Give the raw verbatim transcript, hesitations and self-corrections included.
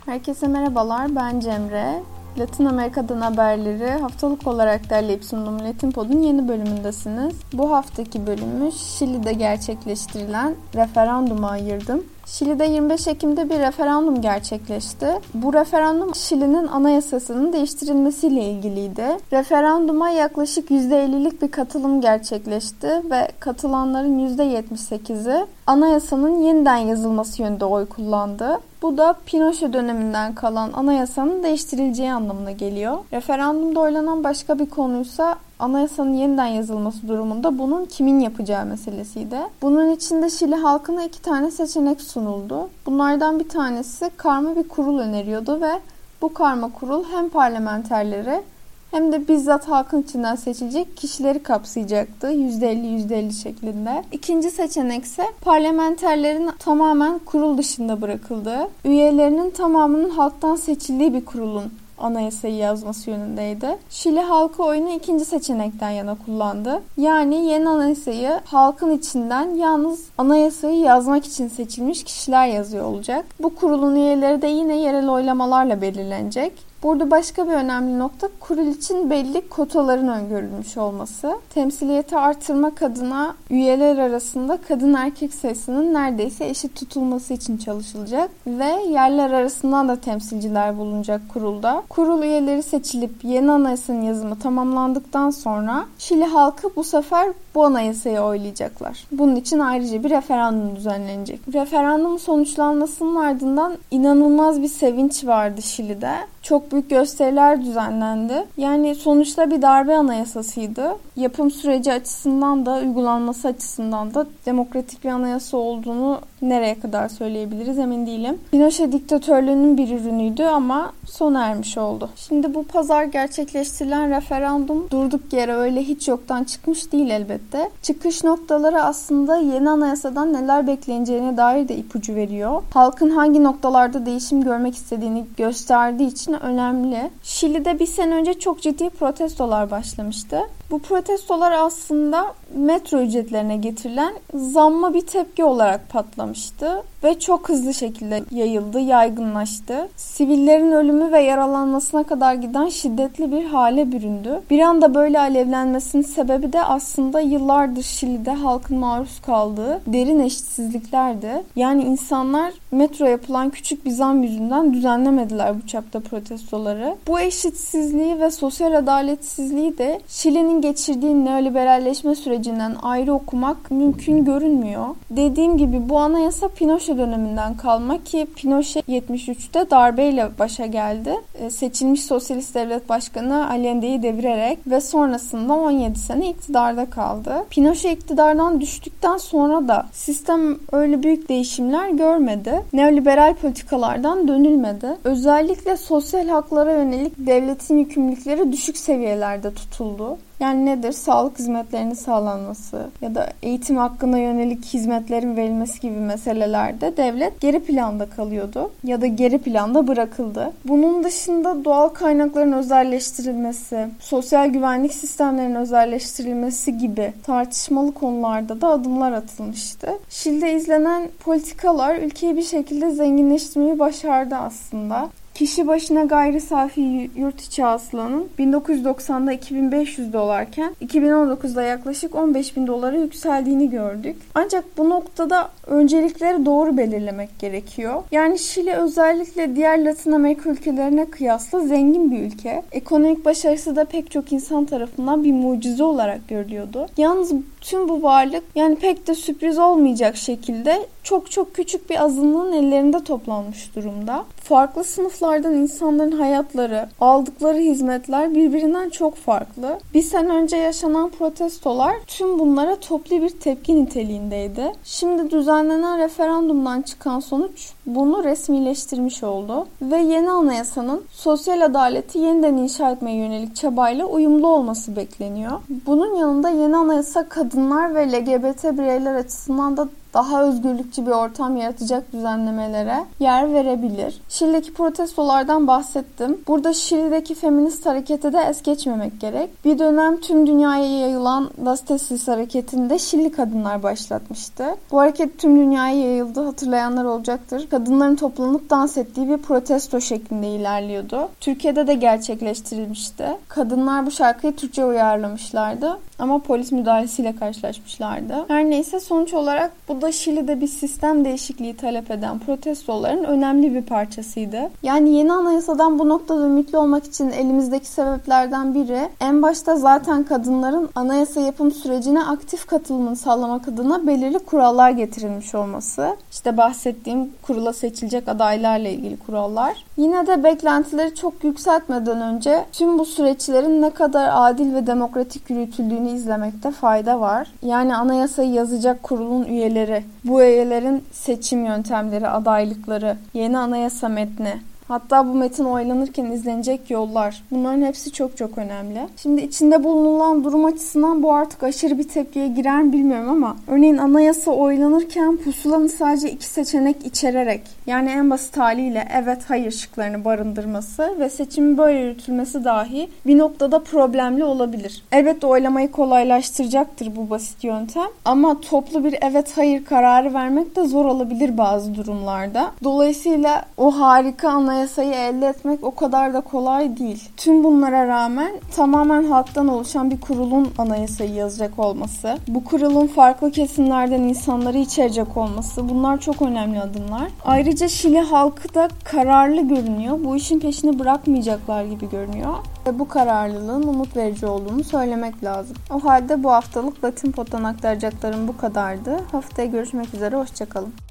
Herkese merhabalar, ben Cemre. Latin Amerika'dan haberleri haftalık olarak derleyip sunduğum Latin Pod'un yeni bölümündesiniz. Bu haftaki bölümü Şili'de gerçekleştirilen referanduma ayırdım. Şili'de yirmi beş Ekim'de bir referandum gerçekleşti. Bu referandum Şili'nin anayasasının değiştirilmesiyle ilgiliydi. Referanduma yaklaşık yüzde ellilik bir katılım gerçekleşti ve katılanların yüzde yetmiş sekizi anayasanın yeniden yazılması yönünde oy kullandı. Bu da Pinochet döneminden kalan anayasanın değiştirileceği anlamına geliyor. Referandumda oylanan başka bir konuysa anayasanın yeniden yazılması durumunda bunun kimin yapacağı meselesiydi. Bunun için de Şili halkına iki tane seçenek sunuldu. Bunlardan bir tanesi karma bir kurul öneriyordu ve bu karma kurul hem parlamenterleri hem de bizzat halkın içinden seçilecek kişileri kapsayacaktı. yüzde elli yüzde elli şeklinde. İkinci seçenek ise parlamenterlerin tamamen kurul dışında bırakıldığı, üyelerinin tamamının halktan seçildiği bir kurulun anayasayı yazması yönündeydi. Şili halkı oyunu ikinci seçenekten yana kullandı. Yani yeni anayasayı halkın içinden yalnız anayasayı yazmak için seçilmiş kişiler yazıyor olacak. Bu kurulun üyeleri de yine yerel oylamalarla belirlenecek. Burada başka bir önemli nokta kurul için belli kotaların öngörülmüş olması. Temsiliyeti artırmak adına üyeler arasında kadın erkek sayısının neredeyse eşit tutulması için çalışılacak ve yerler arasından da temsilciler bulunacak kurulda. Kurul üyeleri seçilip yeni anayasanın yazımı tamamlandıktan sonra Şili halkı bu sefer bu anayasayı oylayacaklar. Bunun için ayrıca bir referandum düzenlenecek. Referandumun sonuçlanmasının ardından inanılmaz bir sevinç vardı Şili'de. Çok büyük gösteriler düzenlendi. Yani sonuçta bir darbe anayasasıydı. Yapım süreci açısından da uygulanması açısından da demokratik bir anayasa olduğunu nereye kadar söyleyebiliriz emin değilim. Pinochet diktatörlüğünün bir ürünüydü ama sona ermiş oldu. Şimdi bu pazar gerçekleştirilen referandum durduk yere öyle hiç yoktan çıkmış değil elbette. Çıkış noktaları aslında yeni anayasadan neler bekleneceğine dair de ipucu veriyor. Halkın hangi noktalarda değişim görmek istediğini gösterdiği için önemli. Şili'de bir sene önce çok ciddi protestolar başlamıştı. Bu protestolar aslında metro ücretlerine getirilen zamma bir tepki olarak patlamıştı ve çok hızlı şekilde yayıldı, yaygınlaştı. Sivillerin ölümü ve yaralanmasına kadar giden şiddetli bir hale büründü. Bir anda böyle alevlenmesinin sebebi de aslında yıllardır Şili'de halkın maruz kaldığı derin eşitsizliklerdi. Yani insanlar metro yapılan küçük bir zam yüzünden düzenlemediler bu çapta protestoları. Bu eşitsizliği ve sosyal adaletsizliği de Şili'nin geçirdiği neoliberalleşme sürecinden ayrı okumak mümkün görünmüyor. Dediğim gibi bu anayasa Pinochet döneminden kalma ki Pinochet yetmiş üçte darbeyle başa geldi. E, seçilmiş Sosyalist Devlet Başkanı Allende'yi devirerek ve sonrasında on yedi sene iktidarda kaldı. Pinochet iktidardan düştükten sonra da sistem öyle büyük değişimler görmedi. Neoliberal politikalardan dönülmedi. Özellikle sosyal haklara yönelik devletin yükümlülükleri düşük seviyelerde tutuldu. Yani nedir? Sağlık hizmetlerinin sağlanması ya da eğitim hakkına yönelik hizmetlerin verilmesi gibi meselelerde devlet geri planda kalıyordu ya da geri planda bırakıldı. Bunun dışında doğal kaynakların özelleştirilmesi, sosyal güvenlik sistemlerinin özelleştirilmesi gibi tartışmalı konularda da adımlar atılmıştı. Şili'de izlenen politikalar ülkeyi bir şekilde zenginleştirmeyi başardı aslında. Kişi başına gayri safi yurt içi hasılanın bin dokuz yüz doksanda iki bin beş yüz dolarken iki bin on dokuzda yaklaşık on beş bin dolara yükseldiğini gördük. Ancak bu noktada öncelikleri doğru belirlemek gerekiyor. Yani Şili özellikle diğer Latin Amerika ülkelerine kıyasla zengin bir ülke. Ekonomik başarısı da pek çok insan tarafından bir mucize olarak görülüyordu. Yalnız tüm bu varlık yani pek de sürpriz olmayacak şekilde çok çok küçük bir azınlığın ellerinde toplanmış durumda. Farklı sınıflardan insanların hayatları, aldıkları hizmetler birbirinden çok farklı. Bir sene önce yaşanan protestolar tüm bunlara toplu bir tepki niteliğindeydi. Şimdi düzenlenen referandumdan çıkan sonuç bunu resmileştirmiş oldu ve yeni anayasanın sosyal adaleti yeniden inşa etmeye yönelik çabayla uyumlu olması bekleniyor. Bunun yanında yeni anayasa kadınlar ve L G B T bireyler açısından da daha özgürlükçü bir ortam yaratacak düzenlemelere yer verebilir. Şili'deki protestolardan bahsettim. Burada Şili'deki feminist harekete de es geçmemek gerek. Bir dönem tüm dünyaya yayılan Las Tesis hareketinde Şili kadınlar başlatmıştı. Bu hareket tüm dünyaya yayıldı, hatırlayanlar olacaktır. Kadınların toplanıp dans ettiği bir protesto şeklinde ilerliyordu. Türkiye'de de gerçekleştirilmişti. Kadınlar bu şarkıyı Türkçe uyarlamışlardı ama polis müdahalesiyle karşılaşmışlardı. Her neyse, sonuç olarak bu da Şili'de bir sistem değişikliği talep eden protestoların önemli bir parçasıydı. Yani yeni anayasadan bu noktada ümitli olmak için elimizdeki sebeplerden biri, en başta zaten kadınların anayasa yapım sürecine aktif katılımını sağlamak adına belirli kurallar getirilmiş olması. İşte bahsettiğim kurula seçilecek adaylarla ilgili kurallar. Yine de beklentileri çok yükseltmeden önce tüm bu süreçlerin ne kadar adil ve demokratik yürütüldüğünü izlemekte fayda var. Yani anayasayı yazacak kurulun üyeleri, bu üyelerin seçim yöntemleri, adaylıkları, yeni anayasa metni, hatta bu metin oylanırken izlenecek yollar. Bunların hepsi çok çok önemli. Şimdi içinde bulunulan durum açısından bu artık aşırı bir tepkiye girer mi bilmiyorum ama örneğin anayasa oylanırken pusulanın sadece iki seçenek içererek, yani en basit haliyle evet hayır şıklarını barındırması ve seçimin böyle yürütülmesi dahi bir noktada problemli olabilir. Elbette oylamayı kolaylaştıracaktır bu basit yöntem ama toplu bir evet hayır kararı vermek de zor olabilir bazı durumlarda. Dolayısıyla o harika anayasa Anayasayı elde etmek o kadar da kolay değil. Tüm bunlara rağmen tamamen halktan oluşan bir kurulun anayasayı yazacak olması, bu kurulun farklı kesimlerden insanları içerecek olması, bunlar çok önemli adımlar. Ayrıca Şili halkı da kararlı görünüyor. Bu işin peşini bırakmayacaklar gibi görünüyor. Ve bu kararlılığın umut verici olduğunu söylemek lazım. O halde bu haftalık Latin Pod'dan aktaracaklarım bu kadardı. Haftaya görüşmek üzere, hoşça kalın.